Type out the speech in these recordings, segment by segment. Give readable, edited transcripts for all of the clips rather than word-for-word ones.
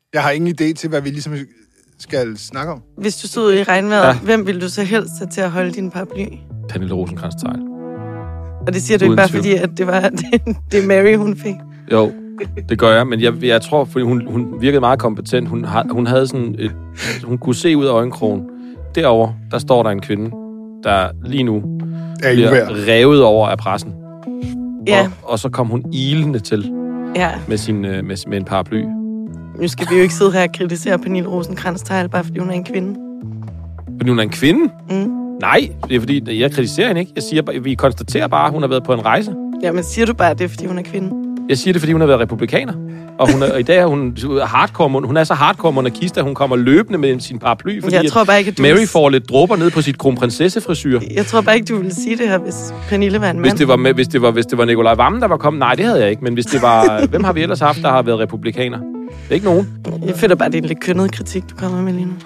Jeg har ingen idé til, hvad vi ligesom skal snakke om. Hvis du stod i regnvejret, hvem ville du så helst have til at holde din paraply? Pernille Rosenkrantz-Theil. Og det siger du ikke bare fordi, at det var det Mary, hun fik? Jo, det gør jeg, men jeg tror, fordi hun virkede meget kompetent. Hun havde sådan hun kunne se ud af øjenkrogen. Derovre, der står der en kvinde, der lige nu bliver revet over af pressen. Ja. Og så kom hun ilende til med en paraply. Nu skal vi jo ikke sidde her og kritisere Pernille Rosenkrantz-Theil, bare fordi hun er en kvinde. Fordi hun er en kvinde? Mm. Nej, det er fordi, jeg kritiserer hende ikke. Jeg siger, vi konstaterer bare, at hun har været på en rejse. Jamen, siger du bare, at det er, fordi hun er kvinde? Jeg siger det, fordi hun har været republikaner. Og i dag er hun hardcore, hun er så hardcore monarkist, at hun kommer løbende med sin paraply, fordi jeg tror bare ikke, Mary får lidt dråber ned på sit kronprinsessefrisyr. Jeg tror bare ikke, du ville sige det her, hvis Pernille var en mand. Hvis det var Nikolaj Wammen, der var kommet, nej, det havde jeg ikke. Men hvis det var, hvem har vi ellers haft, der har været republikaner? Det er ikke nogen. Jeg føler bare, det er en lidt kønnet kritik, du kommer med lige nu.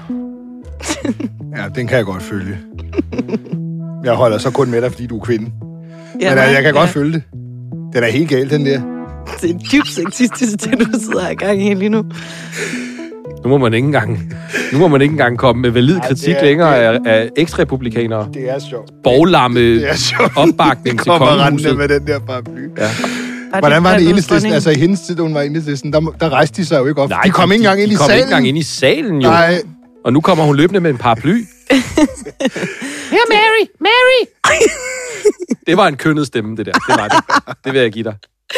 Ja, den kan jeg godt følge. Jeg holder så kun med dig, fordi du er kvinde. Ja, men jeg kan godt følge det. Den er helt galt, den der. Det er dybt sexistisk, det du sidder her i gang i lige nu. Nu må man ikke engang komme med valid kritik længere af eksrepublikanere. Det er sjovt. Borglamme opbakning til kongehuset. Med den der paraply. Ja. Hvordan var det Enhedslisten? Altså i hendes tid, da hun var Enhedslisten, der rejste de sig jo ikke op. Nej, de kom ikke engang ind i salen. De kom ikke engang ind i salen, jo. Nej. Og nu kommer hun løbende med en paraply. Ja, Mary! Det var en kønnet stemme, det der. Det var det. Det vil jeg give dig.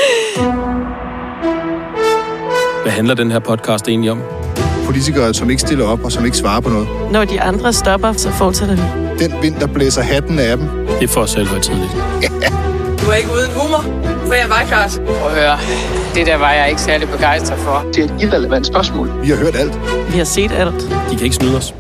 Hvad handler den her podcast egentlig om? Politikere, som ikke stiller op og som ikke svarer på noget. Når de andre stopper, så fortsætter vi. Den vind, der blæser hatten af dem. Det er for selvhøjtidligt. Du er ikke uden humor, for jeg var Kars. Prøv at høre, det der var jeg ikke særlig begejstret for. Det er et irrelevant spørgsmål. Vi har hørt alt. Vi har set alt. De kan ikke snyde os.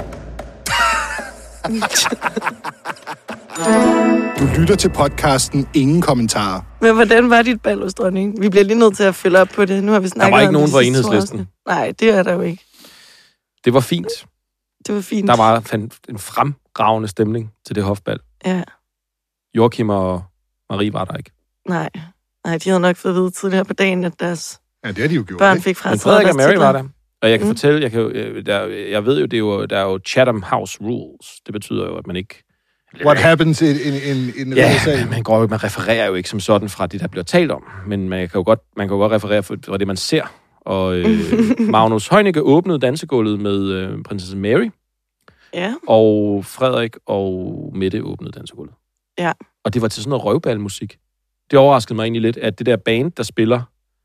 Du lytter til podcasten Ingen Kommentarer. Men hvordan var dit bal hos dronning? Vi bliver lige nødt til at følge op på det. Nu har vi snakket om det. Der var ikke nogen fra Enhedslisten. Nej, det er der jo ikke. Det var fint. Det var fint. Der var en fremragende stemning til det hofbal. Ja. Joachim og Marie var der ikke. Nej, de havde nok fået at vide tidligere på dagen, at deres det de jo gjort, børn fik fra. Men Frederik og Mary var der. Og jeg kan fortælle, jeg ved jo, der er jo Chatham House Rules. Det betyder jo, at man ikke... What happens in ja, man refererer jo ikke som sådan fra det, der bliver talt om. Men man kan jo godt referere fra det, man ser. Og Magnus Heunicke åbnede dansegulvet med prinsesse Mary. Ja. Og Frederik og Mette åbnede dansegulvet. Ja. Og det var til sådan noget røvbalmusik. Det overraskede mig egentlig lidt, at det der band, der spiller,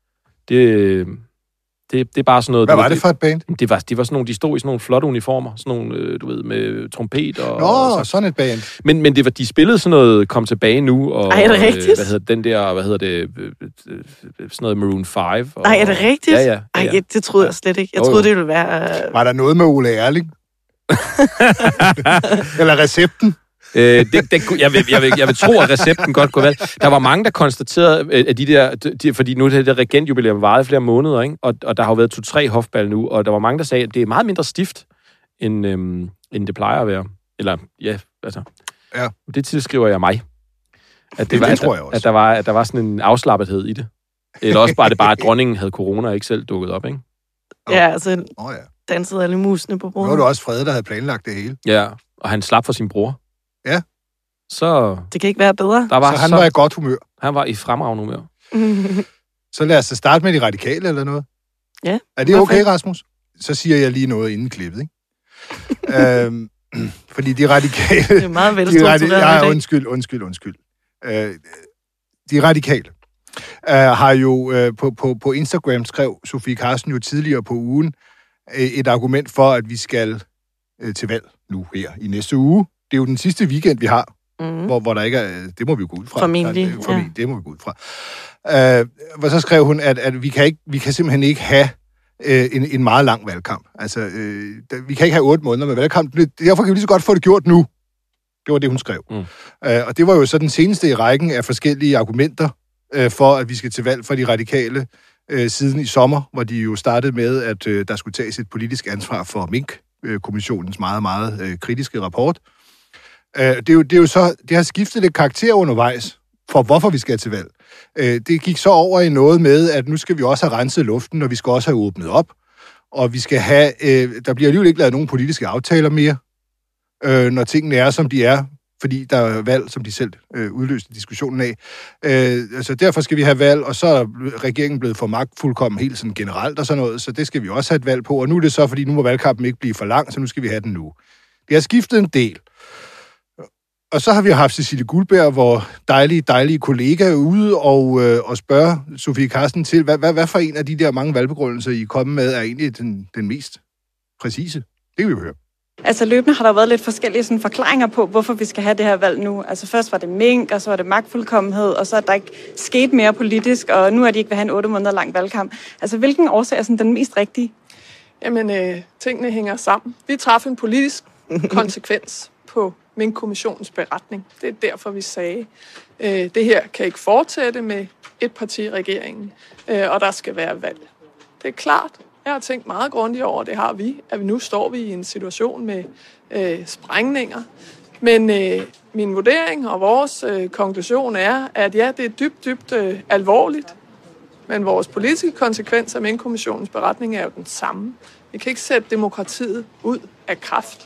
det er bare sådan noget... Hvad var det for et band? Det var sådan nogle, de stod i sådan nogle flotte uniformer, sådan nogle, du ved, med trompet og... Nå, sådan et band. Men de spillede sådan noget, kom tilbage nu, og... Ej, er det rigtigt? sådan noget Maroon 5. Og, ej, er det rigtigt? Ja. Ej, det troede jeg slet ikke. Jeg troede, det ville være... Var der noget med Ole Erling? Eller recepten? Jeg vil tro, at recepten godt kunne være. Der var mange, der konstaterede, at fordi nu det regentjubilæum varede flere måneder, ikke? Og der har jo været 2-3 hofbal nu, og der var mange, der sagde, at det er meget mindre stift, end det plejer at være. Eller, ja, altså. Ja. Det tilskriver jeg mig. At det tror jeg også. At der var sådan en afslappethed i det. Eller også bare, at dronningen havde corona og ikke selv dukket op, ikke? Ja, altså dansede alle musene på bordet. Nu var det også Frede, der havde planlagt det hele. Ja, og han slap for sin bror. Ja. Så... Det kan ikke være bedre. Så han var i godt humør. Han var i fremragende humør. Så lad os starte med de radikale eller noget. Ja. Er det okay, Rasmus? Så siger jeg lige noget inden klippet, ikke? Fordi de radikale... Det er meget velstruktureret. Ja, undskyld. De radikale har jo på Instagram skrev Sofie Carsten jo tidligere på ugen et argument for, at vi skal til valg nu her i næste uge. Det er jo den sidste weekend, vi har, hvor der ikke er... Det må vi jo gå ud fra. Formentlig. Det må vi gå ud fra. Hvor så skrev hun, at vi kan simpelthen ikke have en meget lang valgkamp. Altså, vi kan ikke have 8 måneder med valgkamp. Derfor kan vi lige så godt få det gjort nu. Det var det, hun skrev. Og det var jo så den seneste i rækken af forskellige argumenter for, at vi skal til valg for de radikale siden i sommer, hvor de jo startede med, at der skulle tages et politisk ansvar for Mink-kommissionens meget, meget kritiske rapport. Det er jo så, det har skiftet lidt karakter undervejs for, hvorfor vi skal til valg. Det gik så over i noget med, at nu skal vi også have renset luften, og vi skal også have åbnet op. og vi skal have... der bliver alligevel ikke lavet nogen politiske aftaler mere, når tingene er, som de er, fordi der er valg, som de selv udløste diskussionen af. Altså derfor skal vi have valg, og så er regeringen blevet for magtfuldkommen helt sådan generelt og sådan noget, så det skal vi også have et valg på. Og nu er det så, fordi nu må valgkampen ikke blive for lang, så nu skal vi have den nu. Det har skiftet en del. Og så har vi haft Cecilie Guldberg, hvor dejlige kollega er ude og spørger Sofie Carsten til, hvad for en af de der mange valgbegrundelser, I er kommet med, er egentlig den mest præcise? Det kan vi jo høre. Altså løbende har der været lidt forskellige sådan, forklaringer på, hvorfor vi skal have det her valg nu. Altså først var det mink, og så var det magtfuldkommenhed, og så er der ikke sket mere politisk, og nu er de ikke vil have en 8 måneder lang valgkamp. Altså hvilken årsag er sådan den mest rigtige? Jamen, tingene hænger sammen. Vi træffede en politisk konsekvens på Mink-kommissionens beretning. Det er derfor, vi sagde, det her kan ikke fortsætte med et parti i regeringen, og der skal være valg. Det er klart. Jeg har tænkt meget grundigt over, det har vi, at nu står vi i en situation med sprængninger. Men min vurdering og vores konklusion er, at ja, det er dybt alvorligt. Men vores politiske konsekvens af Mink-kommissionens beretning er jo den samme. Vi kan ikke sætte demokratiet ud af kraft.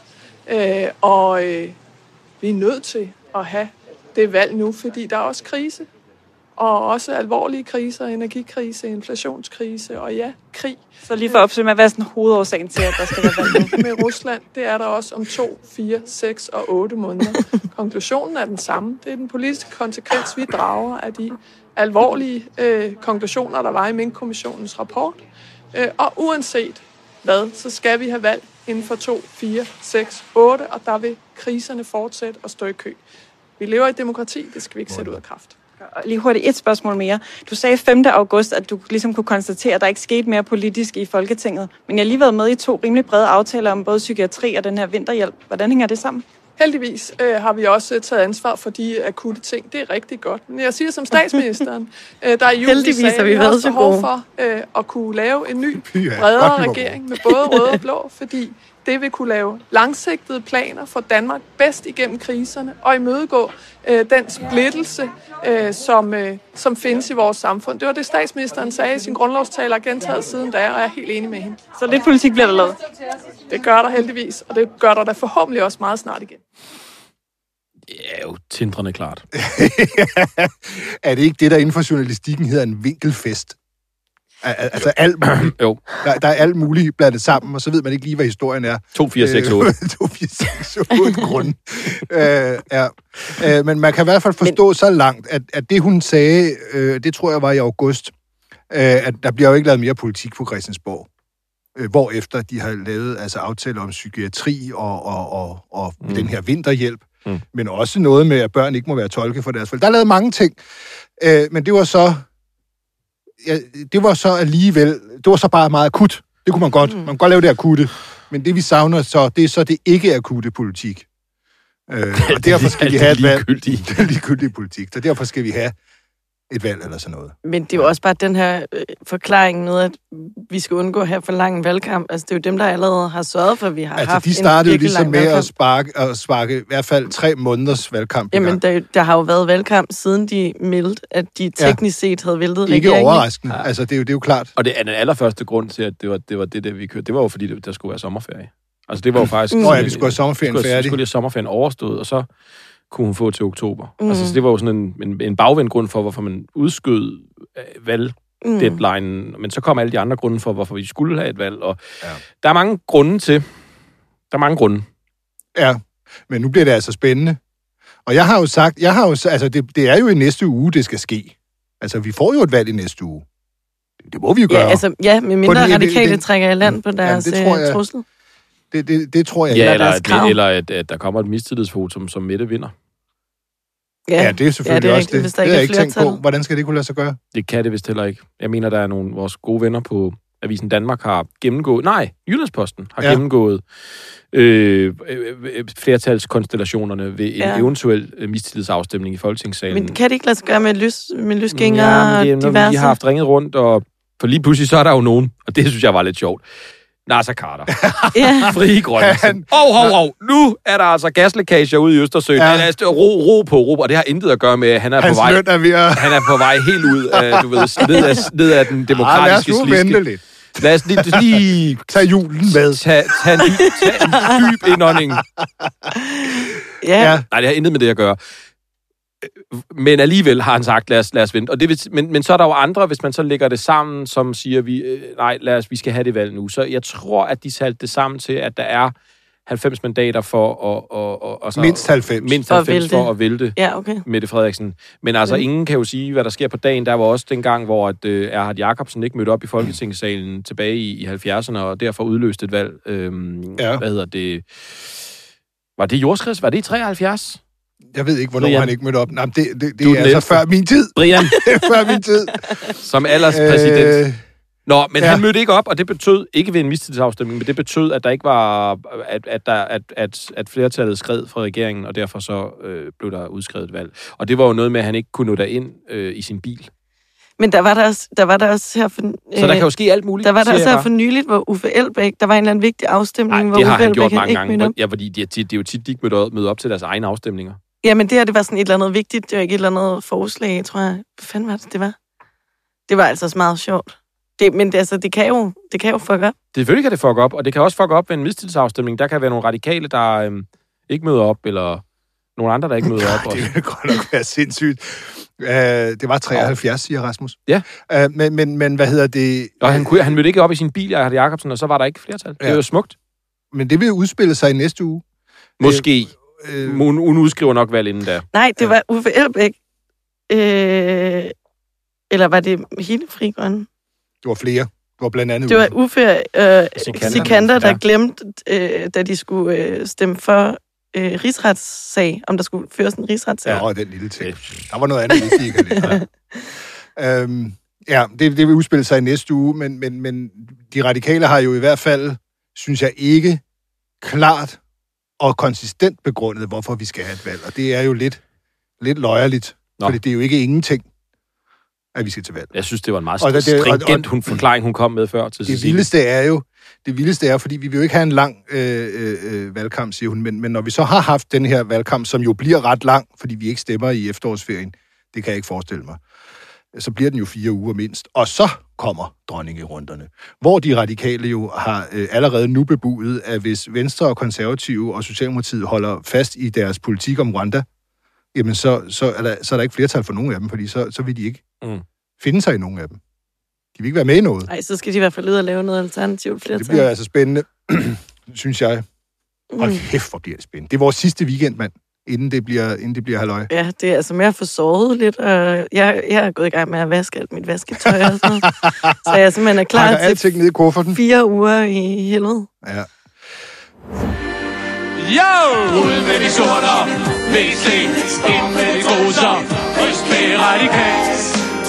Og vi er nødt til at have det valg nu, fordi der er også krise. Og også alvorlige kriser, energikrise, inflationskrise og ja, krig. Så lige for at opsummere, hvad er sådan hovedårsagen til, at der skal være valg nu? Med Rusland, det er der også om 2, 4, 6 og 8 måneder. Konklusionen er den samme. Det er den politiske konsekvens, vi drager af de alvorlige konklusioner, der var i Mink-kommissionens rapport. Og uanset hvad, så skal vi have valg inden for 2, 4, 6, 8, og der vil kriserne fortsætte og stå i kø. Vi lever i et demokrati, det skal vi ikke sætte ud af kraft. Og lige hurtigt et spørgsmål mere. Du sagde 5. august, at du ligesom kunne konstatere, at der ikke skete mere politisk i Folketinget. Men jeg har lige været med i 2 rimelig brede aftaler om både psykiatri og den her vinterhjælp. Hvordan hænger det sammen? Heldigvis har vi også taget ansvar for de akutte ting. Det er rigtig godt. Men jeg siger som statsministeren, der i juli sagde, at vi har også behov for at kunne lave en ny, bredere regering med både røde og blå, fordi det vil kunne lave langsigtede planer for Danmark bedst igennem kriserne og imødegå den splittelse, som findes i vores samfund. Det var det, statsministeren sagde i sin grundlovstale og gentaget siden da, og jeg er helt enig med hende. Så lidt politik bliver der lavet? Det gør der heldigvis, og det gør der da forhåbentlig også meget snart igen. Det er jo tindrende klart. Er det ikke det, der inden for journalistikken hedder en vinkelfest? Altså alt muligt. Jo. Der er alt muligt blandet sammen, og så ved man ikke lige, hvad historien er. 2, 4, 6, 8. 2, 4, 6, 8 grunde. Men man kan i hvert fald forstå så langt, at det, hun sagde, det tror jeg var i august, at der bliver jo ikke lavet mere politik på Christiansborg. Hvorefter de har lavet aftaler om psykiatri og den her vinterhjælp, men også noget med, at børn ikke må være tolke for deres forældre. Der er lavet mange ting, men det var så... Ja, det var så alligevel, det var så bare meget akut. Det kunne man godt. Man kan godt lave det akutte. Men det vi savner så, det er så det ikke akutte politik. Og derfor skal vi have et valg. Det er ligegyldig politik. Så derfor skal vi have et valg eller sådan noget. Men det er jo også bare den her forklaring med, at vi skal undgå at have for lang valgkamp. Altså, det er jo dem, der allerede har sørget for, at vi har haft en de startede jo ligesom med valgkamp. at sparke i hvert fald 3 måneders valgkamp. Jamen, der har jo været valgkamp, siden de meldte, at de teknisk set havde væltet regeringen. Ikke overraskende. Altså, det er jo klart. Og det er den allerførste grund til, at det var det vi kørte. Det var jo, fordi der skulle være sommerferie. Altså, det var jo faktisk... vi skulle have sommerferien færdig. Så skulle have sommerferien overstået, og så kunne hun få til oktober. Altså, så det var jo sådan en bagvendt grund for, hvorfor man udskød valgdeadline, men så kom alle de andre grunde for, hvorfor vi skulle have et valg, og der er mange grunde til. Der er mange grunde. Ja, men nu bliver det altså spændende. Og jeg har jo sagt, det er jo i næste uge, det skal ske. Altså, vi får jo et valg i næste uge. Det må vi jo gøre. Med mindre radikale trækker i land på deres trussel. Det tror jeg ikke. Eller at der kommer et mistillidsvotum, som Mette vinder. Ja, det er selvfølgelig også det. Det har jeg ikke tænkt på. Hvordan skal det kunne lade sig gøre? Det kan det vist heller ikke. Jeg mener, der er nogle af vores gode venner på Avisen Danmark har gennemgået... Nej, Jyllandsposten har gennemgået flertalskonstellationerne ved en eventuel mistillidsafstemning i Folketingssalen. Men kan det ikke lade sig gøre med lysgængere og diverse? Vi har haft ringet rundt, og for lige pludselig så er der jo nogen, og det synes jeg var lidt sjovt. Nasser Carter. Frie Grønne. Nu er der altså gaslækager ude i Østersøen. Ro på. Og det har intet at gøre med, at han er på vej. Han er på vej helt ud af, ned af den demokratiske sliske. Lad os lige Tag julen med. Tag en dyb indånding. Ja. Nej, det har intet med det at gøre. Men alligevel har han sagt, lad os vente. Og men så er der jo andre, hvis man så lægger det sammen, som siger, vi skal have det valg nu. Så jeg tror, at de satte det sammen til, at der er 90 mandater for at mindst 90. Mindst 90 for at vælte Mette Frederiksen. Men altså, ingen kan jo sige, hvad der sker på dagen. Der var også den gang, hvor Erhard Jacobsen ikke mødte op i Folketingssalen tilbage i 70'erne, og derfor udløste et valg. Hvad hedder det? Var det jordskrids? Var det i 73? Jeg ved ikke, hvornår Brian. han ikke mødte op. Nej, det er altså før min tid. Brian. Før min tid. Som alderspræsident. Nå, men han mødte ikke op, og det betød, ikke ved en mistillidsafstemning, men det betød, at der ikke var, at flertallet skred fra regeringen, og derfor så blev der udskrevet et valg. Og det var jo noget med, at han ikke kunne nå derind i sin bil. Men der var der også her for... Så der kan jo ske alt muligt. Der var der også her for nyligt, hvor Uffe Elbæk, der var en eller anden vigtig afstemning, hvor Uffe Elbæk ikke mødte op. Ja, fordi det er jo tit, de ikke møder op til deres egne afstemninger. Jamen det her, det var sådan et eller andet vigtigt, det var ikke et eller andet forslag, tror jeg. Hvad fanden var det var? Det var altså meget sjovt. Men det kan jo fuck op. Selvfølgelig kan det fuck op, og det kan også fuck op ved en mistillidsafstemning. Der kan være nogle radikale, der ikke møder op, eller nogle andre, der ikke møder op. Det vil godt nok være sindssygt. Det var 73, siger Rasmus. Ja. Men hvad hedder det? Og han mødte ikke op i sin bil, Erhard Jacobsen, og så var der ikke flertal. Det er jo smukt. Men det vil udspille sig i næste uge. Måske. Hun udskriver nok valg inden da. Nej, det var Uffe Elbæk. Eller var det hele Fri Grønne? Det var flere. Det var blandt andet det var Uffe Sikander, der glemte, da de skulle stemme for rigsretssag, om der skulle føres en rigsretssag. Ja, den lille ting. Der var noget andet, vi ikke det vil udspille sig i næste uge, men de radikale har jo i hvert fald, synes jeg ikke, klart og konsistent begrundet, hvorfor vi skal have et valg. Og det er jo lidt løjerligt, fordi det er jo ikke ingenting, at vi skal til valg. Jeg synes, det var en meget stringent forklaring, hun kom med før til det vildeste er, fordi vi vil jo ikke have en lang valgkamp, siger hun, men når vi så har haft den her valgkamp, som jo bliver ret lang, fordi vi ikke stemmer i efterårsferien, det kan jeg ikke forestille mig, så bliver den jo 4 uger mindst. Og så kommer dronningerunderne, hvor de radikale jo har allerede nu bebudet, at hvis Venstre og Konservative og Socialdemokratiet holder fast i deres politik om Rwanda, jamen så er der ikke flertal for nogen af dem, fordi så vil de ikke finde sig i nogen af dem. De vil ikke være med i noget. Nej, så skal de i hvert fald ud og lave noget alternativt flertal. Det bliver altså spændende, synes jeg. Hold kæft, hvor bliver det spændende. Det er vores sidste weekend, mand, inden det bliver halløj. Ja, det er altså mere for sovet lidt, og jeg er gået i gang med at vaske alt mit vasketøj og sådan noget. Så jeg simpelthen er klar til ned i kufferten. 4 uger i helvede. Ja. Yo! Ud med de sorter, VC, ind med de gruser, ryst med radikalt.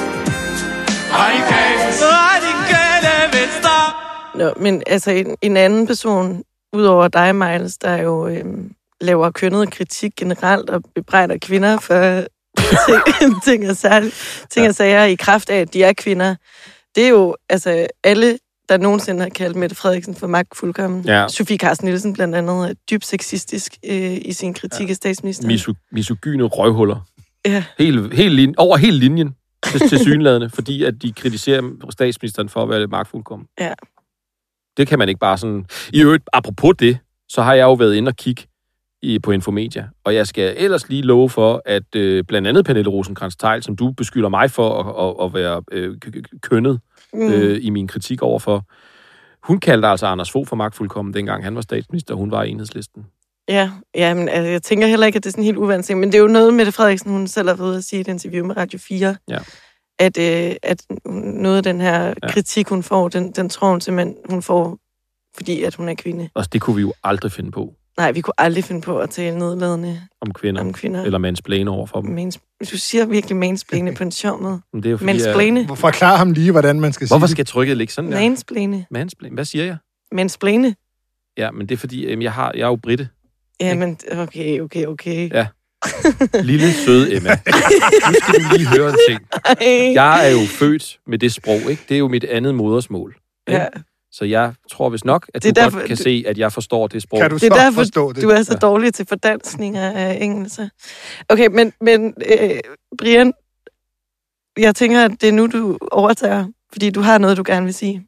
Radikale Venstre. Nå, men altså en anden person, udover dig, Miles, der jo laver kønnet kritik generelt og bebrejder kvinder for ting og sager i kraft af, at de er kvinder. Det er jo altså alle, der nogensinde har kaldt Mette Frederiksen for magtfuldkommen. Ja. Sofie Carsten Nielsen blandt andet er dybt sexistisk i sin kritik af statsministeren. Misogyne røvhuller. Ja. Over hele linjen til synladende, fordi at de kritiserer statsministeren for at være lidt magtfuldkommen. Ja. Det kan man ikke bare sådan... I øvrigt, apropos det, så har jeg jo været inde og kigge på Infomedia, og jeg skal ellers lige love for, at blandt andet Pernille Rosenkrantz-Theil, som du beskylder mig for at være kønnet i min kritik overfor, hun kaldte altså Anders Fogh for magtfuldkommen, dengang han var statsminister, og hun var i Enhedslisten. Ja, men altså, jeg tænker heller ikke, at det er sådan helt uvandt ting, men det er jo noget, Mette Frederiksen, hun selv har ved at sige i et interview med Radio 4, at noget af den her kritik, hun får, den tror hun simpelthen, hun får, fordi at hun er kvinde. Altså, det kunne vi jo aldrig finde på. Nej, vi kunne aldrig finde på at tale nedladende om kvinder. Eller mansplaine over for dem. Du siger virkelig mansplaine på en sjov måde. Det er jo fordi, mansplaine. Forklar ham lige, hvordan man skal sige Hvorfor skal trykket ligge sådan der? Mansplaine. Hvad siger jeg? Mansplaine. Ja, men det er fordi, jeg er jo britte. Ja, men okay. Ja. Lille søde Emma. Nu skal du lige høre en ting. Jeg er jo født med det sprog, ikke? Det er jo mit andet modersmål. Ikke? Ja. Så jeg tror vist nok, at du derfor, godt kan se, at jeg forstår det sprog. Kan du så forstå det? Du er så dårlig til fordanskninger af engelsk. Okay, men Brian, jeg tænker, at det er nu, du overtager, fordi du har noget, du gerne vil sige.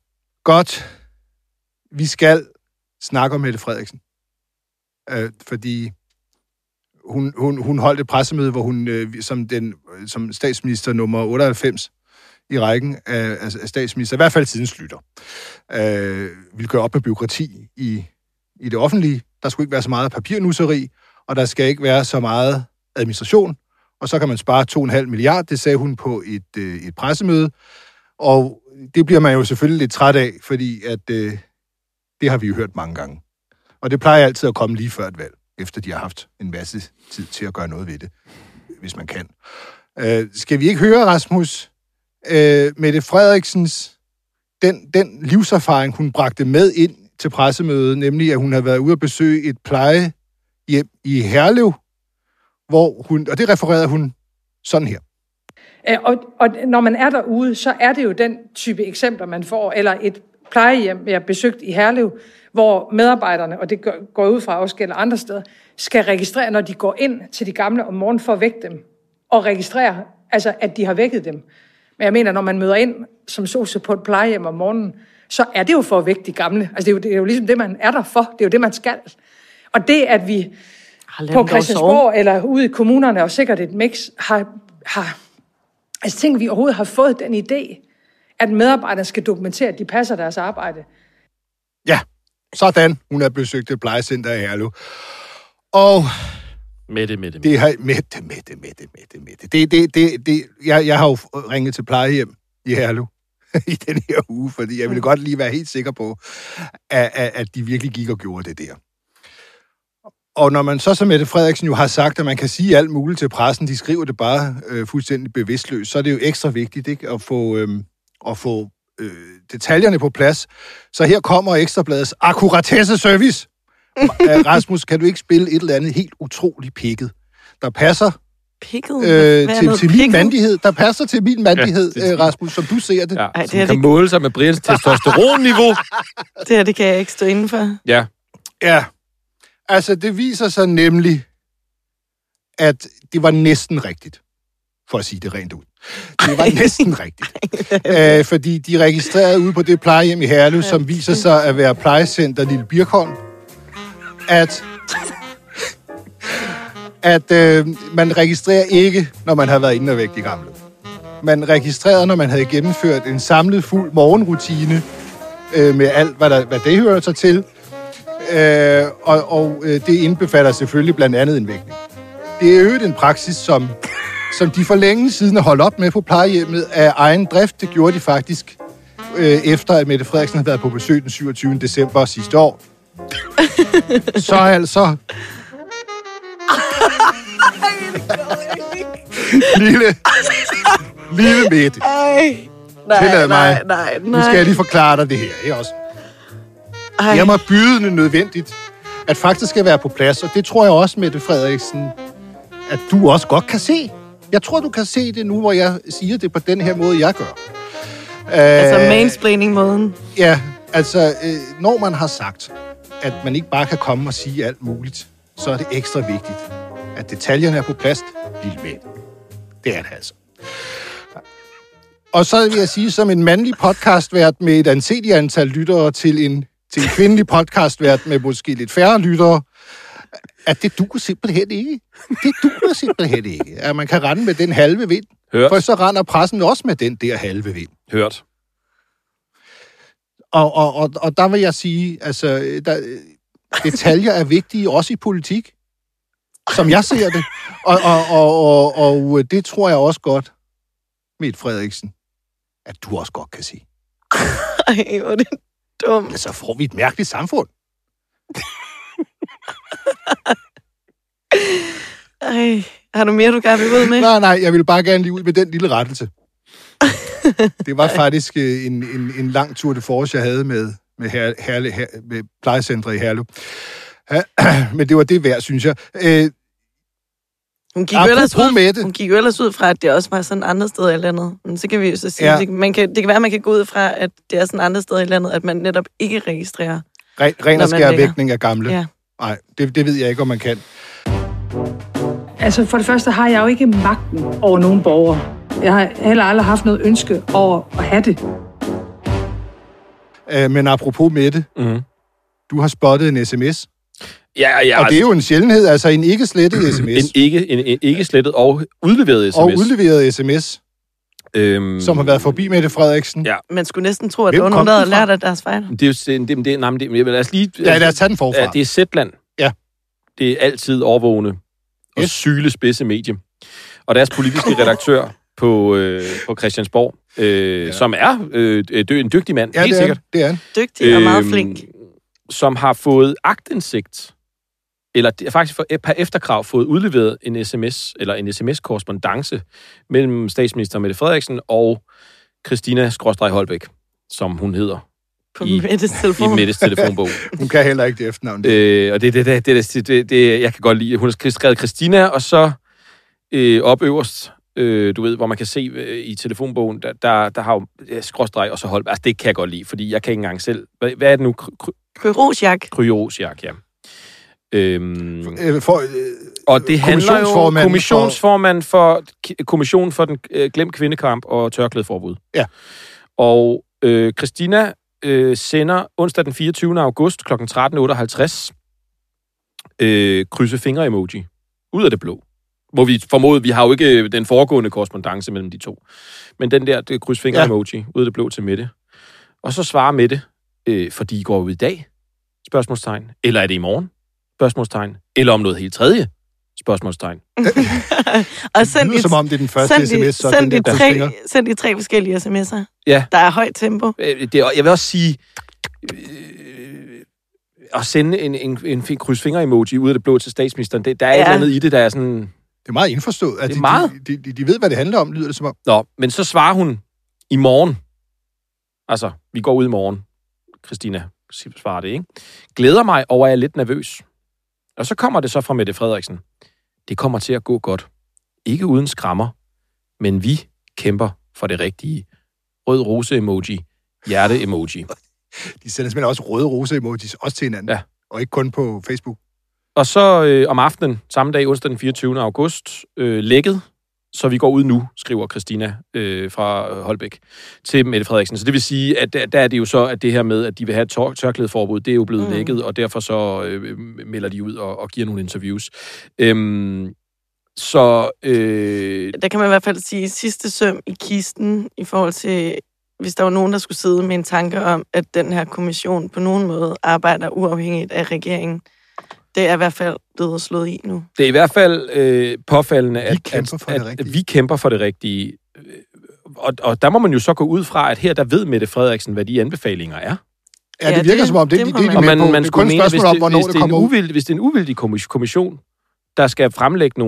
Godt. Vi skal snakke om Mette Frederiksen. Fordi hun holdt et pressemøde, hvor hun som statsminister nummer 98 i rækken af statsminister, i hvert fald siden Schlüter, ville gøre op med bureaukrati i det offentlige. Der skulle ikke være så meget papirnusseri, og der skal ikke være så meget administration, og så kan man spare 2,5 milliarder, det sagde hun på et pressemøde, og det bliver man jo selvfølgelig lidt træt af, fordi at det har vi jo hørt mange gange. Og det plejer altid at komme lige før et valg, efter de har haft en masse tid til at gøre noget ved det, hvis man kan. Skal vi ikke høre, Rasmus, Mette Frederiksens, den livserfaring, hun bragte med ind til pressemødet, nemlig at hun havde været ude at besøge et plejehjem i Herlev, hvor hun, og det refererede hun sådan her. Og når man er derude, så er det jo den type eksempler, man får, eller et plejehjem, jeg har besøgt i Herlev, hvor medarbejderne, og det går ud fra også gælder andre steder, skal registrere, når de går ind til de gamle om morgenen for at vække dem, og registrere, altså at de har vækket dem. Men jeg mener, når man møder ind som sosu på et plejehjem om morgenen, så er det jo for at vække de gamle. Altså det er jo ligesom det, man er der for. Det er jo det, man skal. Og det, at vi på Christiansborg eller ude i kommunerne, og sikkert et mix, altså tænker vi overhovedet har fået den idé, at medarbejderne skal dokumentere, at de passer deres arbejde. Ja, sådan. Hun har besøgt et plejecenter i Herlev. Og Mette. Det har Mette. Jeg har jo ringet til plejehjem i Herlev i den her uge, fordi jeg ville godt lige være helt sikker på, at de virkelig gik og gjorde det der. Og når man så som Mette Frederiksen jo har sagt, at man kan sige alt muligt til pressen, de skriver det bare fuldstændig bevidstløst, så er det jo ekstra vigtigt ikke, at få detaljerne på plads. Så her kommer Ekstrabladets akkuratesse-service. Rasmus, kan du ikke spille et eller andet helt utroligt pikket, der passer til min mandighed, der passer til min mandighed, Rasmus, som du ser det. Ja, ej, det kan måle sig med Brians testosteronniveau. Det kan jeg ikke stå inden for. Ja. Altså, det viser sig nemlig, at det var næsten rigtigt, for at sige det rent ud. Det var næsten rigtigt. Fordi de registrerede ude på det plejehjem i Herlev, som viser sig at være plejecenter Lille Birkholm, at man registrerer ikke, når man har været inde og væk de gamle. Man registrerede, når man havde gennemført en samlet fuld morgenrutine med alt, hvad det hører sig til. Og det indbefatter selvfølgelig blandt andet en vækning. Det er øget en praksis, som de for længe siden har holdt op med på plejehjemmet af egen drift. Det gjorde de faktisk efter, at Mette Frederiksen havde været på besøg den 27. december sidste år. Så altså... Lille Mette. Nej. Nu skal jeg lige forklare dig det her, ikke også? Det er mig bydende nødvendigt, at faktisk skal være på plads, og det tror jeg også, Mette Frederiksen, at du også godt kan se. Jeg tror, du kan se det nu, hvor jeg siger det på den her måde, jeg gør. Altså mansplaining-måden. Ja, altså, når man har sagt, at man ikke bare kan komme og sige alt muligt, så er det ekstra vigtigt, at detaljerne er på plads, lille Mette. Det er det altså. Og så vil jeg sige, som en mandlig podcastvært med et anseligt antal lyttere til en kvindelig podcastvært med måske lidt færre lyttere, at det duer simpelthen ikke. Det duer simpelthen ikke. At man kan rende med den halve vind. Hørt. For så render pressen også med den der halve vind. Hørt. Og der vil jeg sige, altså, detaljer er vigtige også i politik, som jeg ser det. Og det tror jeg også godt, Mette Frederiksen, at du også godt kan sige. Ej, hvor er det dumt. Så får vi et mærkeligt samfund. Ej, har du mere, du gerne vil ud med? Nej, jeg vil bare gerne lige ud med den lille rettelse. Det var faktisk en lang tur de force, jeg havde med plejecentre i Herlev. Men det var det værd, synes jeg. Hun gik jo ellers ud fra, at det også var sådan andre steder i landet. Men så kan vi jo så sige, det kan være, at man kan gå ud fra, at det er sådan andre steder i landet, at man netop ikke registrerer. Ren og skær vækning af gamle. Ja. Nej, det ved jeg ikke, om man kan. Altså for det første har jeg jo ikke magten over nogen borgere. Jeg har heller aldrig haft noget ønske over at have det. Men apropos Mette, du har spottet en sms. Ja, og det er jo en sjældenhed, altså en ikke slettet sms. En ikke slettet og udleveret sms. Og udleveret sms. Som har været forbi Mette Frederiksen. Ja. Man skulle næsten tro, at der var nogen, der havde lært af deres fejl. Det er jo... lad os lige... Ja, lad os tage den forfra. Ja, det er Zetland. Ja. Det er altid overvågende og syle spidse medie. Og deres politiske redaktør på Christiansborg, som er en dygtig mand, helt sikkert. Det er han. Dygtig og meget flink. Som har fået aktindsigt, eller faktisk per efterkrav fået udleveret en sms, eller en sms-korrespondance mellem statsminister Mette Frederiksen og Christina Holbæk, som hun hedder. På Mettes telefon. I Mettes telefonbog. Hun kan heller ikke det efternavn. Og det jeg kan godt lide. Hun har skrevet Christina, og så op øverst, du ved, hvor man kan se i telefonbogen, der har jo skråstreg og så Holbæk. Altså, det kan jeg godt lide, fordi jeg kan ikke engang selv... Hvad er det nu? Kryosjak, ja. Og det handler jo kommissionsformand for Kommissionen for den glemt kvindekamp og tørklædeforbud. Ja. Og Christina sender onsdag den 24. august kl. 13.58 krydse fingre-emoji. Ud af det blå. Må vi formode, vi har jo ikke den foregående korrespondance mellem de to. Men den der krydse fingre-emoji, ud af det blå til Mette. Og så svarer Mette, fordi I går ud i dag? Spørgsmålstegn. Eller er det i morgen? Spørgsmålstegn. Eller om noget helt tredje? Spørgsmålstegn. Og send som om det er den første sms, så den der send de 3 forskellige sms'er. Ja. Der er højt tempo. Jeg vil også sige, at sende en krydsfinger-emoji ud af det blå til statsministeren, der er et eller andet i det, der er sådan... Det er meget indforstået. Det er meget. De ved, hvad det handler om, lyder det som om. Nå, men så svarer hun i morgen. Altså, vi går ud i morgen. Christina svarer det, ikke? Glæder mig over, at jeg er lidt nervøs. Og så kommer det så fra Mette Frederiksen. Det kommer til at gå godt. Ikke uden skrammer, men vi kæmper for det rigtige. Rød rose-emoji, hjerte-emoji. De sender simpelthen også røde rose-emojis også til hinanden. Ja. Og ikke kun på Facebook. Og så om aftenen, samme dag, onsdag den 24. august, lækket. Så vi går ud nu, skriver Christina fra Holbæk til Mette Frederiksen. Så det vil sige, at der er det jo så, at det her med, at de vil have et tørklædeforbud, det er jo blevet lækket, og derfor så melder de ud og giver nogle interviews. Der kan man i hvert fald sige sidste søm i kisten i forhold til, hvis der var nogen, der skulle sidde med en tanke om, at den her kommission på nogen måde arbejder uafhængigt af regeringen. Det er i hvert fald blevet slået i nu. Det er i hvert fald påfaldende, at vi kæmper for det rigtige. Og der må man jo så gå ud fra, at her der ved Mette Frederiksen, hvad de anbefalinger er. Ja, det virker som om, det er de med på. Man det er kun et spørgsmål om, hvornår det kommer ud. Hvis det er en uvildig kommission, der skal fremlægge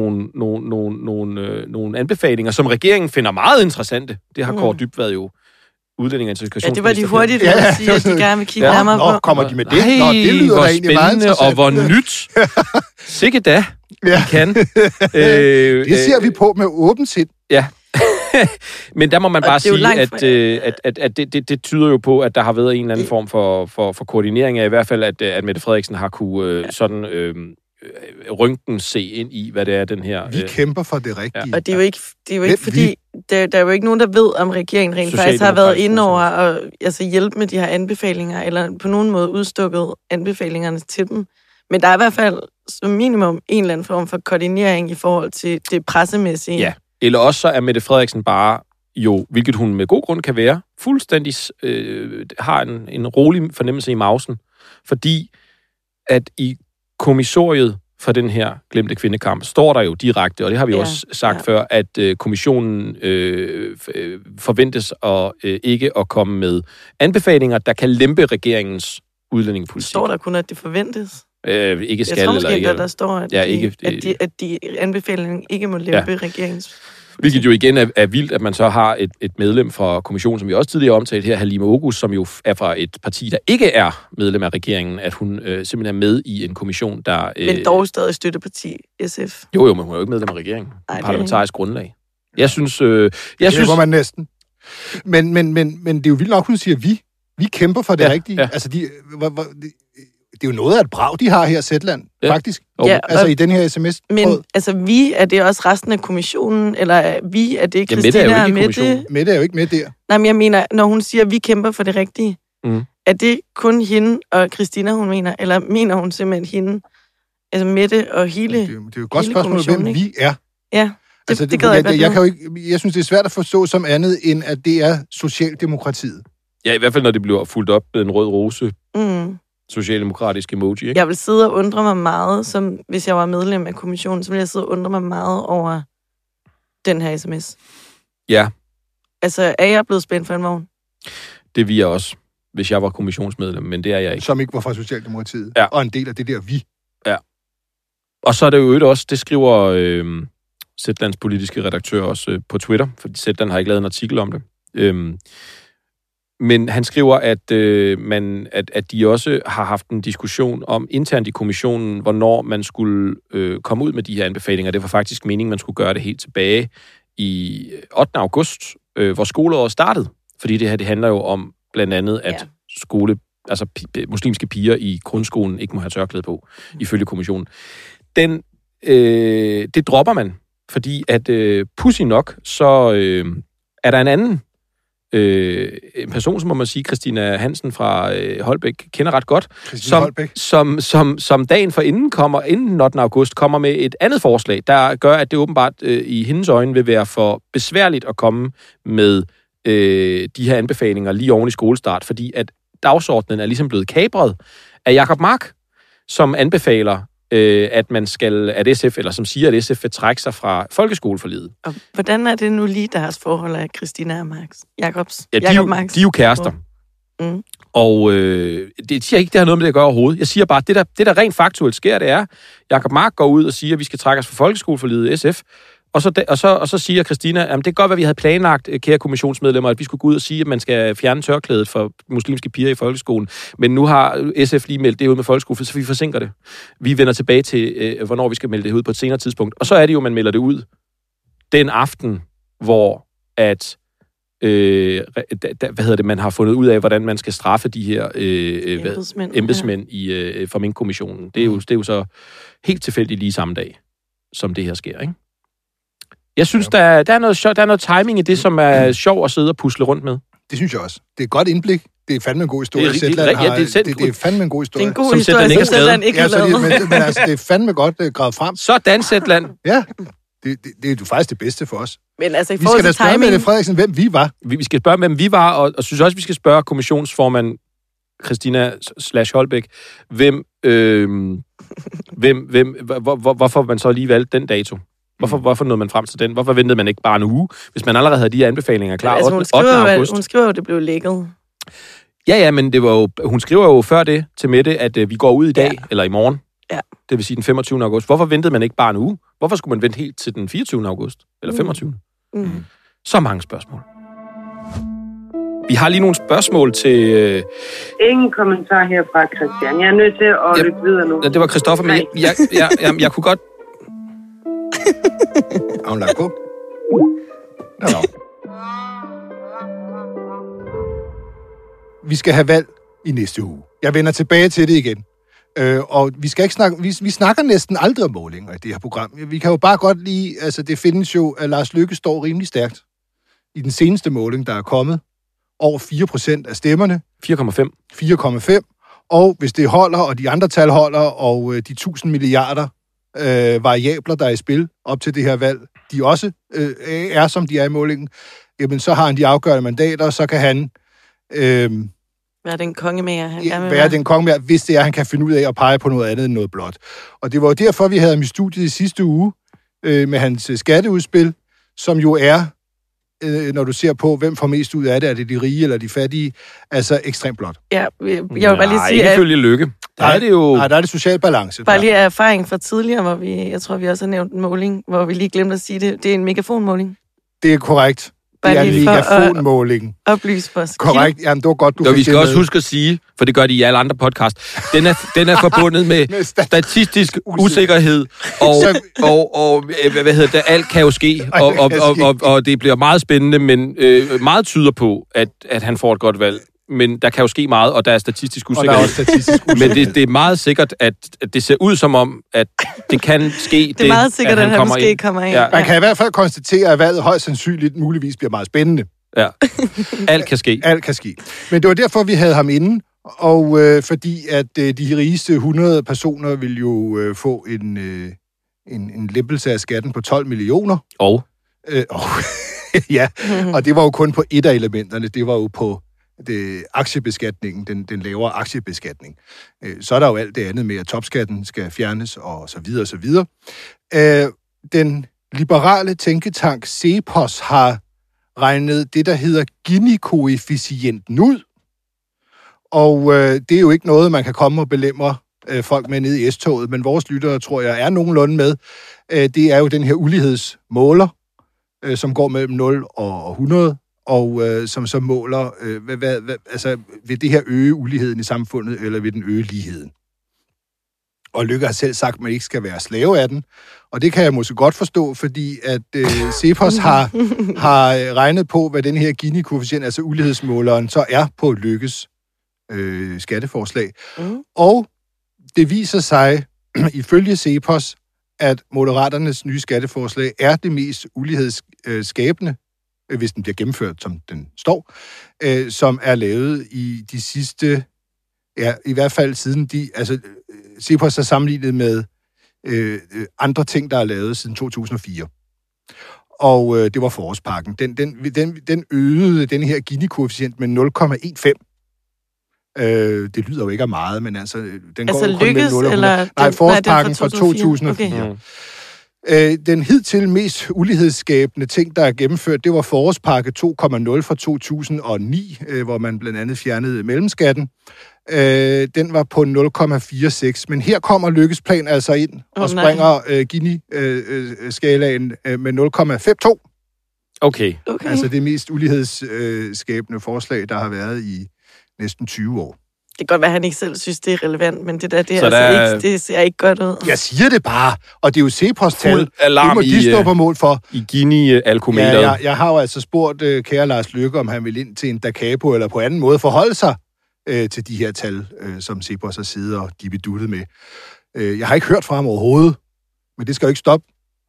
nogle anbefalinger, som regeringen finder meget interessante. Det har Kåre Dybvad jo udlænding og integrationsminister. Ja, det var de hurtigt at sige, at de gerne vil kigge nærmere på. Kommer de med det? Det lyder hvor da egentlig meget interessant. Og hvor nyt. Sikke da, vi kan. Det ser vi på med åbent sind. Ja. Men der må man bare sige, at det tyder jo på, at der har været en eller anden form for koordinering af i hvert fald, at Mette Frederiksen har kunne røntgen se ind i, hvad det er, den her... Vi kæmper for det rigtige. Ja. Og det er jo ikke fordi... Der er jo ikke nogen, der ved, om regeringen rent faktisk har været inde over og hjælpe med de her anbefalinger, eller på nogen måde udstukket anbefalingerne til dem. Men der er i hvert fald som minimum en eller anden form for koordinering i forhold til det pressemæssige. Ja, eller også så er Mette Frederiksen bare jo, hvilket hun med god grund kan være, fuldstændig har en rolig fornemmelse i mausen, fordi at i kommissoriet for den her glemte kvindekamp, står der jo direkte, og det har vi også sagt før, at kommissionen forventes ikke at komme med anbefalinger, der kan lempe regeringens udlændingepolitik. Står der kun, at det forventes? Ikke skal jeg tror, eller ikke. Der står, at de anbefalinger ikke må lempe regeringens... Hvilket jo igen er vildt, at man så har et medlem fra kommissionen, som vi også tidligere omtalt her, Halime Oguz, som jo er fra et parti, der ikke er medlem af regeringen, at hun simpelthen er med i en kommission, der... Men dog stadig støtteparti, SF. Jo, men hun er jo ikke medlem af regeringen. Parlamentarisk grundlag. Jeg synes... det var man næsten. Men det er jo vildt nok, hun siger, vi kæmper for det rigtige. Ja. Altså, det er jo noget af et brag, de har her i Zetland, faktisk. Ja, altså i den her sms. Men altså, er det også resten af kommissionen, eller er det Christina og Mette? Mette er jo ikke med der. Nej, men jeg mener, når hun siger, vi kæmper for det rigtige, Er det kun hende og Christina, hun mener? Eller mener hun simpelthen hende? Altså Mette og hele det er jo et godt spørgsmål, hvem vi er. Ja, det gad jeg kan jo ikke, jeg synes, det er svært at forstå som andet, end at det er Socialdemokratiet. Ja, i hvert fald, når det bliver fuldt op med en rød rose. Socialdemokratisk emoji, ikke? Jeg vil sidde og undre mig meget, som hvis jeg var medlem af kommissionen, så ville jeg sidde og undre mig meget over den her sms. Ja. Altså, er jeg blevet spændt for en vogn? Det vil jeg også, hvis jeg var kommissionsmedlem, men det er jeg ikke. Som ikke var fra Socialdemokratiet. Ja. Og en del af det der vi. Ja. Og så er det jo også, det skriver Zetlands politiske redaktør også på Twitter, fordi Zetland har ikke lavet en artikel om det. Men han skriver, at de også har haft en diskussion om internt i kommissionen, hvornår man skulle komme ud med de her anbefalinger. Det var faktisk meningen, man skulle gøre det helt tilbage i 8. august, hvor skoleåret startede. Fordi det her, det handler jo om blandt andet, at muslimske piger i grundskolen ikke må have tørklæde på, ifølge kommissionen. Det dropper man, fordi at pudsigt nok, så er der en anden en person, som må man sige, Christina Hansen fra Holbæk, kender ret godt, som dagen for inden 8. august, kommer med et andet forslag, der gør, at det åbenbart i hendes øjne vil være for besværligt at komme med de her anbefalinger lige oven i skolestart, fordi at dagsordenen er ligesom blevet kapret af Jacob Mark, som anbefaler, at SF, eller som siger, at SF vil trække sig fra folkeskoleforliget. Og hvordan er det nu lige deres forhold af Christina og Jacobs? Ja, de er jo kærester. Og det siger ikke, det har noget med det at gøre overhovedet. Jeg siger bare, det der rent faktuelt sker, det er, Jacob Mark går ud og siger, at vi skal trække os fra folkeskoleforliget SF, og så siger Christina, at det kan godt være, at vi havde planlagt, kære kommissionsmedlemmer, at vi skulle gå ud og sige, at man skal fjerne tørklædet for muslimske piger i folkeskolen. Men nu har SF lige meldt det ud med folkeskole, så vi forsinker det. Vi vender tilbage til, hvornår vi skal melde det ud på et senere tidspunkt. Og så er det jo, man melder det ud den aften, hvor at man har fundet ud af, hvordan man skal straffe de her embedsmænd i Formink-kommissionen. Det er jo så helt tilfældigt lige samme dag, som det her sker, ikke? Jeg synes, der er noget timing i det, som er sjov at sidde og pusle rundt med. Det synes jeg også. Det er et godt indblik. Det er fandme en god historie. Det er fandme en god historie. Det er en god historie, som Zetland ikke har lavet. Men altså, det er fandme godt gravet frem. Sådan, Zetland. Ja, det er jo faktisk det bedste for os. Men altså, vi skal da spørge Mette Frederiksen, hvem vi var. Vi skal spørge, hvem vi var, og synes også, vi skal spørge kommissionsformand Christina Holbæk, hvorfor man så lige valgte den dato. Hvorfor nåede man frem til den? Hvorfor ventede man ikke bare en uge, hvis man allerede havde de her anbefalinger klar 8. august? Hun skriver jo, det blev lækket. Ja, men hun skriver jo før det til Mette, at vi går ud i dag, eller i morgen. Ja. Det vil sige den 25. august. Hvorfor ventede man ikke bare en uge? Hvorfor skulle man vente helt til den 24. august? Eller 25. Så mange spørgsmål. Vi har lige nogle spørgsmål til... Ingen kommentar herfra, Christian. Jeg er nødt til at lytte videre nu. Det var Christoffer, men jeg kunne godt... Er hun lagt på? Nå. Vi skal have valg i næste uge. Jeg vender tilbage til det igen. Og vi skal ikke snakke... Vi snakker næsten aldrig om målinger i det her program. Vi kan jo bare godt lide... Altså, det findes jo, at Lars Løkke står rimelig stærkt. I den seneste måling, der er kommet, over 4% af stemmerne. 4,5. Og hvis det holder, og de andre tal holder, og de 1000 milliarder variabler, der er i spil op til det her valg, de også er, som de er i målingen, jamen så har han de afgørende mandater, og så kan han... Være den kongemager, han gerne vil være. Den kongemager, hvis det er, han kan finde ud af at pege på noget andet end noget blot. Og det var derfor, vi havde ham i studiet i sidste uge, med hans skatteudspil, som jo er, når du ser på, hvem får mest ud af det, er det de rige eller de fattige, altså ekstremt blot. Ja, jeg vil bare lige sige... ikke ifølge Lykke. Der er det social balance. Bare lige erfaring fra tidligere, hvor jeg tror, vi også har nævnt en måling, hvor vi lige glemte at sige det. Det er en megafonmåling. Det er korrekt. Det er en megafonmåling. Oplyse for os. Korrekt. Jamen, det var godt, du fik vi skal også huske at sige, for det gør de i alle andre podcast, den er forbundet med statistisk usikkerhed, og hvad hedder det, alt kan jo ske, og det bliver meget spændende, men meget tyder på, at han får et godt valg. Men der kan jo ske meget, og der er statistisk usikkerhed. Men det er meget sikkert, at det ser ud som om, at det kan ske. Det er meget sikkert, at han måske kommer ind. Ja. Man kan i hvert fald konstatere, at valget højst sandsynligt muligvis bliver meget spændende. Ja. Alt kan ske. Alt kan ske. Men det var derfor, vi havde ham inde, Og fordi at de rigeste 100 personer vil jo få en lempelse af skatten på 12 millioner. Ja, og det var jo kun på et af elementerne. Det var jo på aktiebeskatningen, den lavere aktiebeskatning. Så er der jo alt det andet med, at topskatten skal fjernes, og så videre, og så videre. Den liberale tænketank CEPOS har regnet det, der hedder Gini-koefficienten ud. Og det er jo ikke noget, man kan komme og belemre folk med nede i S-toget, men vores lyttere, tror jeg, er nogenlunde med. Det er jo den her ulighedsmåler, som går mellem 0 og 100, og som så måler, altså, vil det her øge uligheden i samfundet, eller vil den øge ligheden? Og Løkke har selv sagt, at man ikke skal være slave af den. Og det kan jeg måske godt forstå, fordi at CEPOS har regnet på, hvad den her Gini-koefficient, altså ulighedsmåleren, så er på Løkkes skatteforslag. Og det viser sig, ifølge CEPOS, at Moderaternes nye skatteforslag er det mest ulighedsskabende, hvis den bliver gennemført, som den står, som er lavet i de sidste, ja, i hvert fald siden CEPOS har sammenlignet med andre ting, der er lavet siden 2004. Og det var forårspakken. Den øgede den her Gini-koefficient med 0,15. Det lyder jo ikke af meget, men altså, den går kun med 0 og 100. Nej, forårspakken fra 2004. Okay. Den hidtil mest ulighedsskabende ting, der er gennemført, det var forårspakke 2,0 fra 2009, hvor man blandt andet fjernede mellemskatten. Den var på 0,46, men her kommer Løkkes plan altså ind og springer Gini-skalaen med 0,52. Okay. Altså det mest ulighedsskabende forslag, der har været i næsten 20 år. Det kan godt være, at han ikke selv synes, det er relevant, men det det ser ikke godt ud. Jeg siger det bare, og det er jo CEPOS-tal. Det må de stå på mål for. I Gini-alkometeret. Ja, jeg har jo altså spurgt kære Lars Løkke, om han vil ind til en da capo, eller på anden måde forholde sig til de her tal, som CEPOS har siddet og dibiduttet med. Jeg har ikke hørt fra ham overhovedet, men det skal jo ikke stoppe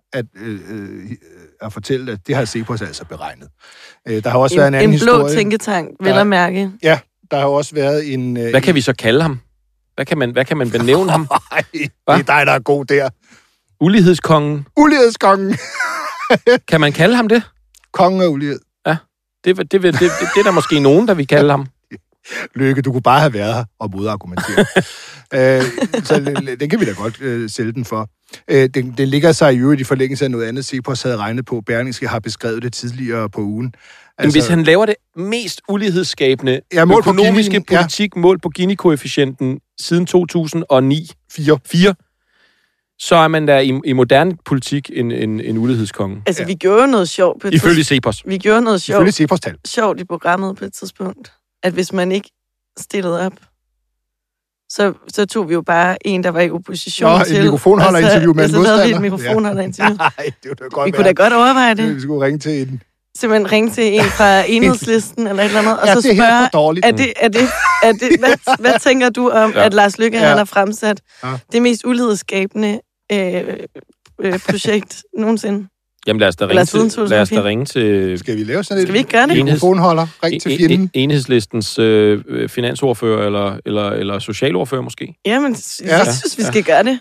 at fortælle, at det har CEPOS altså beregnet. Der har også været en anden historie. En blå tænketank, vel at mærke. Ja, der har også været en... Hvad kan vi så kalde ham? Hvad kan man benævne ham? Det er dig, der er god der. Ulighedskongen. Ulighedskongen. Kan man kalde ham det? Kongen af ulighed. Ja, det er der måske nogen, der vil kalde ham. Løkke, du kunne bare have været her og modargumenteret. Så den kan vi da godt sælge den for. Den ligger sig i øvrigt i forlængelse af noget andet, CEPOS havde regnet på. Berlingske har beskrevet det tidligere på ugen. Men hvis han laver det mest ulighedsskabende økonomiske politik, målt på Gini-koefficienten siden 2009, 4, så er man der i moderne politik en ulighedskonge. Altså, vi gjorde noget sjovt. Ifølge CEPOS. Vi gjorde noget sjovt. Ifølge CEPOS-tal. Sjovt i programmet på et tidspunkt. At hvis man ikke stillede op, så tog vi jo bare en, der var i opposition til... et mikrofonholderinterview med en modstander. Så lavede vi et mikrofonholderinterview. Nej, det var godt. Vi kunne da godt overveje det. Vi skulle ringe til en... Simpelthen ringe til en fra Enhedslisten eller et eller andet, og så det er spørge, for dårligt. Hvad tænker du om, at Lars Løkke han har fremsat det mest ulighedsskabende projekt nogensinde? Jamen lad os da ringe til... Skal vi lave sådan et mikrofonholder? Ring til fjenden. Enhedslistens finansordfører eller socialordfører måske? Jamen, jeg synes, vi skal gøre det.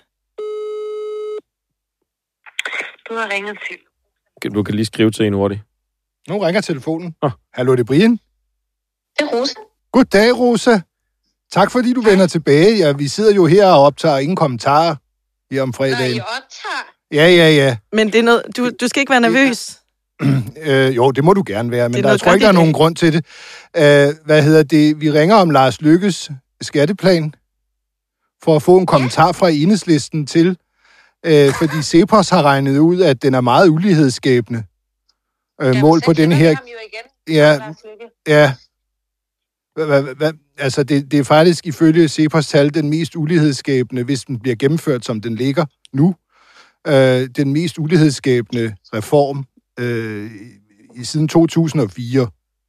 Du har ringet til. Du kan lige skrive til en hurtigt. Nu ringer telefonen. Hallo, det er Brian. Det er Rosa. Goddag, Rosa. Tak fordi du vender tilbage. Ja, vi sidder jo her og optager ingen kommentarer her om fredagen. I optager? Ja. Men det er noget, du skal ikke være nervøs. Jo, det må du gerne være, men jeg tror ikke, der er nogen grund til det. Vi ringer om Lars Løkkes skatteplan for at få en kommentar fra Enhedslisten til, fordi CEPOS har regnet ud, at den er meget ulighedsskabende. Mål på den her... Ja. Altså, det er faktisk ifølge CEPOS tal den mest ulighedsskabende, hvis den bliver gennemført, som den ligger nu. Den mest ulighedsskabende reform siden 2004.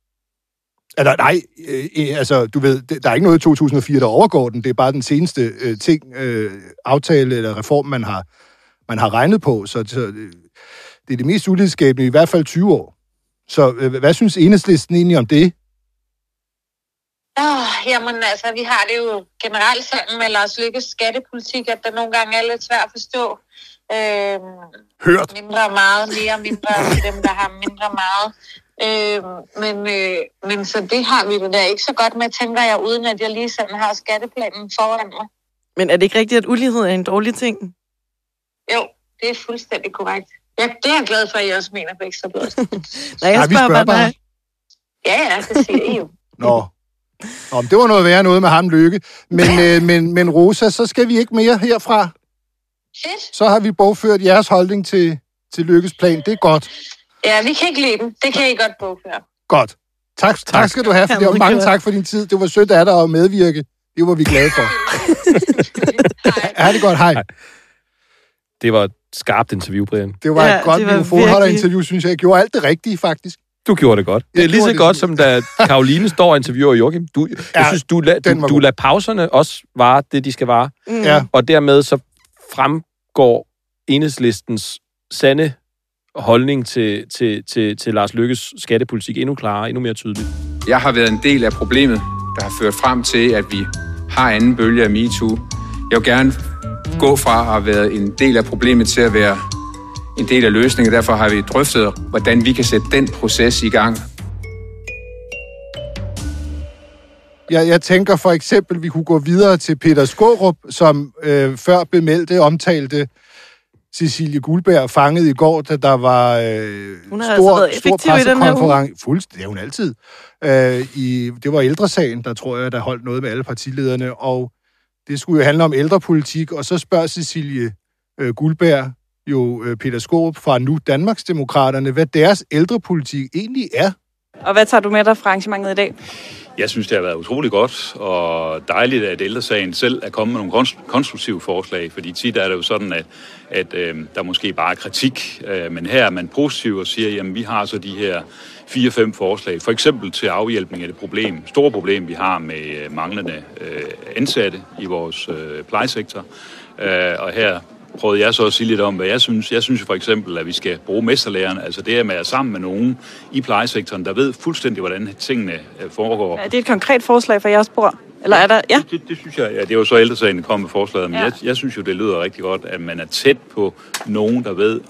Altså, du ved, der er ikke noget i 2004, der overgår den. Det er bare den seneste aftale eller reform, man har regnet på. Så det er det mest ulighedsskabende i hvert fald 20 år. Så hvad synes Enhedslisten egentlig om det? Jamen altså, vi har det jo generelt sådan med Lars Løkkes skattepolitik, at der nogle gange er lidt svært at forstå. Hørt. Mindre og meget, mere og mindre til dem, der har mindre og meget. Men så det har vi det der ikke så godt med, tænker jeg, uden at jeg lige sådan har skatteplanen foran mig. Men er det ikke rigtigt, at ulighed er en dårlig ting? Jo, det er fuldstændig korrekt. Ja, det er jeg glad for, at I også mener på Ekstra Bladet. Nej, jeg spørger bare. Ja, det siger I jo. Nå, det var noget værre noget med ham, Løkke. Men Rosa, så skal vi ikke mere herfra. Fedt. Så har vi bogført jeres holdning til Løkkes plan. Det er godt. Ja, vi kan ikke lide den. Det kan I godt bogføre. Godt. Tak skal du have for det, og mange tak for din tid. Det var sødt af dig at medvirke. Det var vi glade for. Ja, det godt. Hej. Det var et skarpt interview, Brian. Det var et godt mikrofonholderinterview, synes jeg. Jeg gjorde alt det rigtige, faktisk. Du gjorde det godt. Det er lige så godt, som da Karoline står og interviewer Joachim. Jeg synes, du lader pauserne også vare det, de skal vare. Ja. Og dermed så fremgår Enhedslistens sande holdning til Lars Løkkes skattepolitik endnu klarere, endnu mere tydeligt. Jeg har været en del af problemet, der har ført frem til, at vi har anden bølge af MeToo. Jeg vil gerne gå fra at have været en del af problemet til at være en del af løsningen. Derfor har vi drøftet, hvordan vi kan sætte den proces i gang. Jeg tænker for eksempel, at vi kunne gå videre til Peter Skaarup, som før bemeldte omtalte Cecilie Guldberg fanget i går, da der var stor pressekonference. Fuldstændig, det er hun altid. Det var ældresagen, der tror jeg, der holdt noget med alle partilederne, og det skulle jo handle om ældrepolitik, og så spørger Cecilie Guldberg jo Peter Skaarup fra nu Danmarksdemokraterne, hvad deres ældrepolitik egentlig er. Og hvad tager du med dig fra arrangementet i dag? Jeg synes, det har været utrolig godt og dejligt, at ældresagen selv er kommet med nogle konstruktive forslag, fordi tit er det jo sådan, at der måske bare er kritik, men her er man positiv og siger, jamen vi har så de her 4-5 forslag, for eksempel til afhjælpning af det store problem, vi har med manglende ansatte i vores plejesektor, og her prøvede jeg så at sige lidt om, hvad jeg synes. Jeg synes for eksempel, at vi skal bruge mesterlærerne, altså det at være sammen med nogen i plejesektoren, der ved fuldstændig, hvordan tingene foregår. Er det et konkret forslag for jeres bord? Eller er der? Ja. Det synes jeg, det er jo så ældresagen, der kom med forslaget, men jeg synes jo, det lyder rigtig godt, at man er tæt på nogen, der ved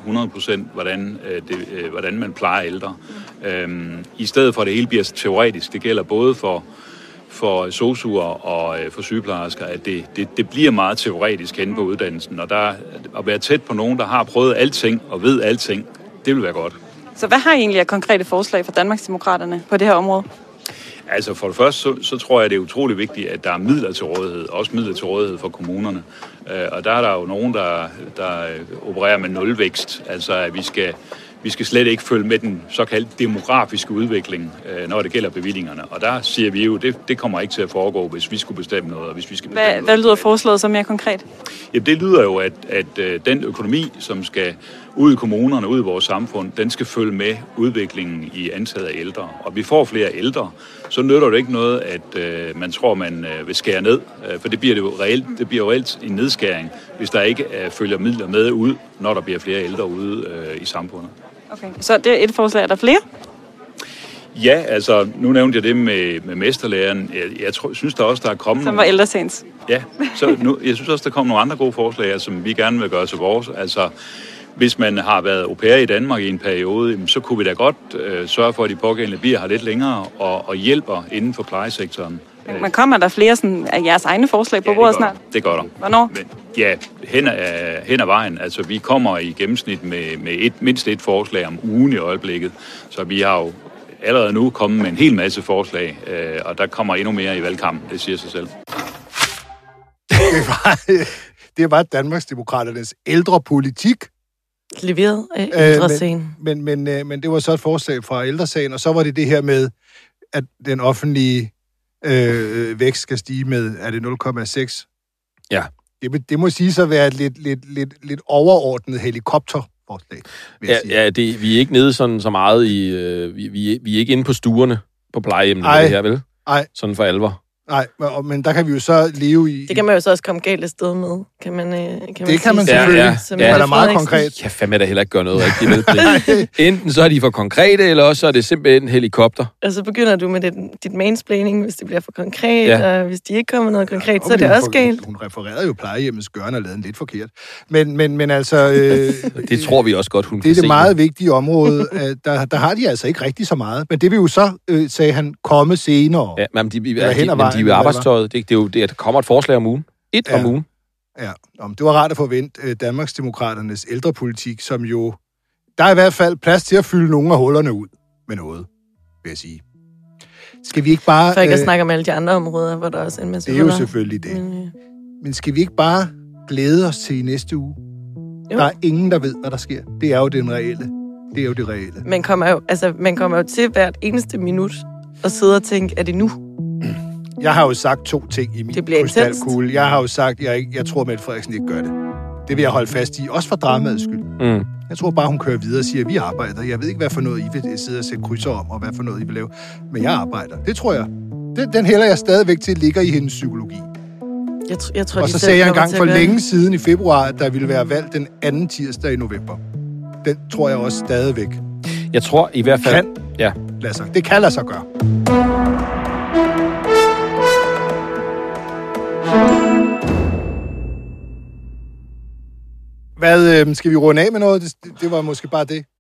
100% hvordan man plejer ældre. I stedet for, at det hele bliver teoretisk, det gælder både for sosu'er og for sygeplejersker, at det bliver meget teoretisk henne på uddannelsen, og der at være tæt på nogen, der har prøvet alting og ved alting, det vil være godt. Så hvad har I egentlig af konkrete forslag fra Danmarksdemokraterne på det her område? Altså for det første, så tror jeg, det er utrolig vigtigt, at der er midler til rådighed, også midler til rådighed for kommunerne. Og der er der jo nogen, der opererer med nulvækst, altså at vi skal slet ikke følge med den såkaldte demografiske udvikling, når det gælder bevillingerne. Og der siger vi jo, det kommer ikke til at foregå, hvis vi skulle bestemme noget, og hvis vi skal bestemme noget. Hvad lyder forslaget så mere konkret? Jamen, det lyder jo, at den økonomi, som skal ud i kommunerne, ud i vores samfund, den skal følge med udviklingen i antallet af ældre. Og vi får flere ældre, så nytter det ikke noget, at man tror, man vil skære ned. For det bliver jo reelt en nedskæring, hvis der ikke følger midler med ud, når der bliver flere ældre ude i samfundet. Okay, så det er et forslag. Er der flere? Ja, altså, nu nævnte jeg det med mesterlæreren. Jeg synes der også, der er kommet... Som var ældresagens. Ja, jeg synes også, der kommer nogle andre gode forslag, som vi gerne vil gøre til vores. Altså, hvis man har været au pair i Danmark i en periode, så kunne vi da godt sørge for, at de pågældende bliver her lidt længere og hjælper inden for plejesektoren. Men kommer der flere sådan, af jeres egne forslag på bordet snart? Det gør der. Hvornår? Hen ad vejen. Altså, vi kommer i gennemsnit med mindst et forslag om ugen i øjeblikket. Så vi har jo allerede nu kommet med en hel masse forslag, og der kommer endnu mere i valgkampen. Det siger sig selv. Det var Danmarksdemokraternes ældrepolitik. Leveret af ældresagen. Men det var så et forslag fra ældresagen, og så var det her med, at den offentlige vækst skal stige med, er det 0,6? Ja. Det må sige at være et lidt overordnet helikopterforslag. Vi er ikke nede sådan så meget i... Vi er ikke inde på stuerne på plejehjemmene med det her, vel? Nej. Sådan for alvor. Nej, men der kan vi jo så leve i... Det kan man jo så også komme galt af sted med. Kan man selvfølgelig. Ja. Det er meget konkret. Jeg fandme da heller ikke gøre noget rigtigt ved. Enten så er de for konkrete, eller også så er det simpelthen helikopter. Og så begynder du med dit mansplaining, hvis det bliver for konkret, og hvis de ikke kommer noget konkret, så er det også galt. Hun refererede jo plejehjemmets gørne og lavede den lidt forkert. Men altså... det tror vi også godt, hun kan se. Det er det meget vigtige område. Der har de altså ikke rigtig så meget. Men det vil jo så, sagde han, komme senere. Ja, men de er jo arbejdstøjet. Det er jo det, at der kommer et forslag om ugen. Om ugen. Ja, det var rart at forvente Danmarksdemokraternes ældrepolitik, som jo... Der er i hvert fald plads til at fylde nogle af hullerne ud med noget, vil jeg sige. Skal vi ikke bare... For ikke at snakke om alle de andre områder, hvor der også er en masse huller. Det er jo selvfølgelig det. Men skal vi ikke bare glæde os til i næste uge? Jo. Der er ingen, der ved, hvad der sker. Det er jo det reelle. Man kommer jo til hvert eneste minut at sidde og tænke, er det nu? Jeg har jo sagt 2 ting i min krystalkugle. Jeg har jo sagt, jeg tror, Mette Frederiksen ikke gør det. Det vil jeg holde fast i, også for dramaets skyld. Jeg tror bare, hun kører videre og siger, at vi arbejder. Jeg ved ikke, hvad for noget I vil sidde og sætte krydser om, og hvad for noget I vil lave. Men jeg arbejder. Det tror jeg. Den hælder jeg stadigvæk til, ligger i hendes psykologi. Jeg tror, og så sagde jeg engang for længe siden i februar, at der ville være valg den anden tirsdag i november. Den tror jeg også stadigvæk. Jeg tror i hvert fald... Det kan lade sig gøre. Hvad, skal vi runde af med noget? Det var måske bare det.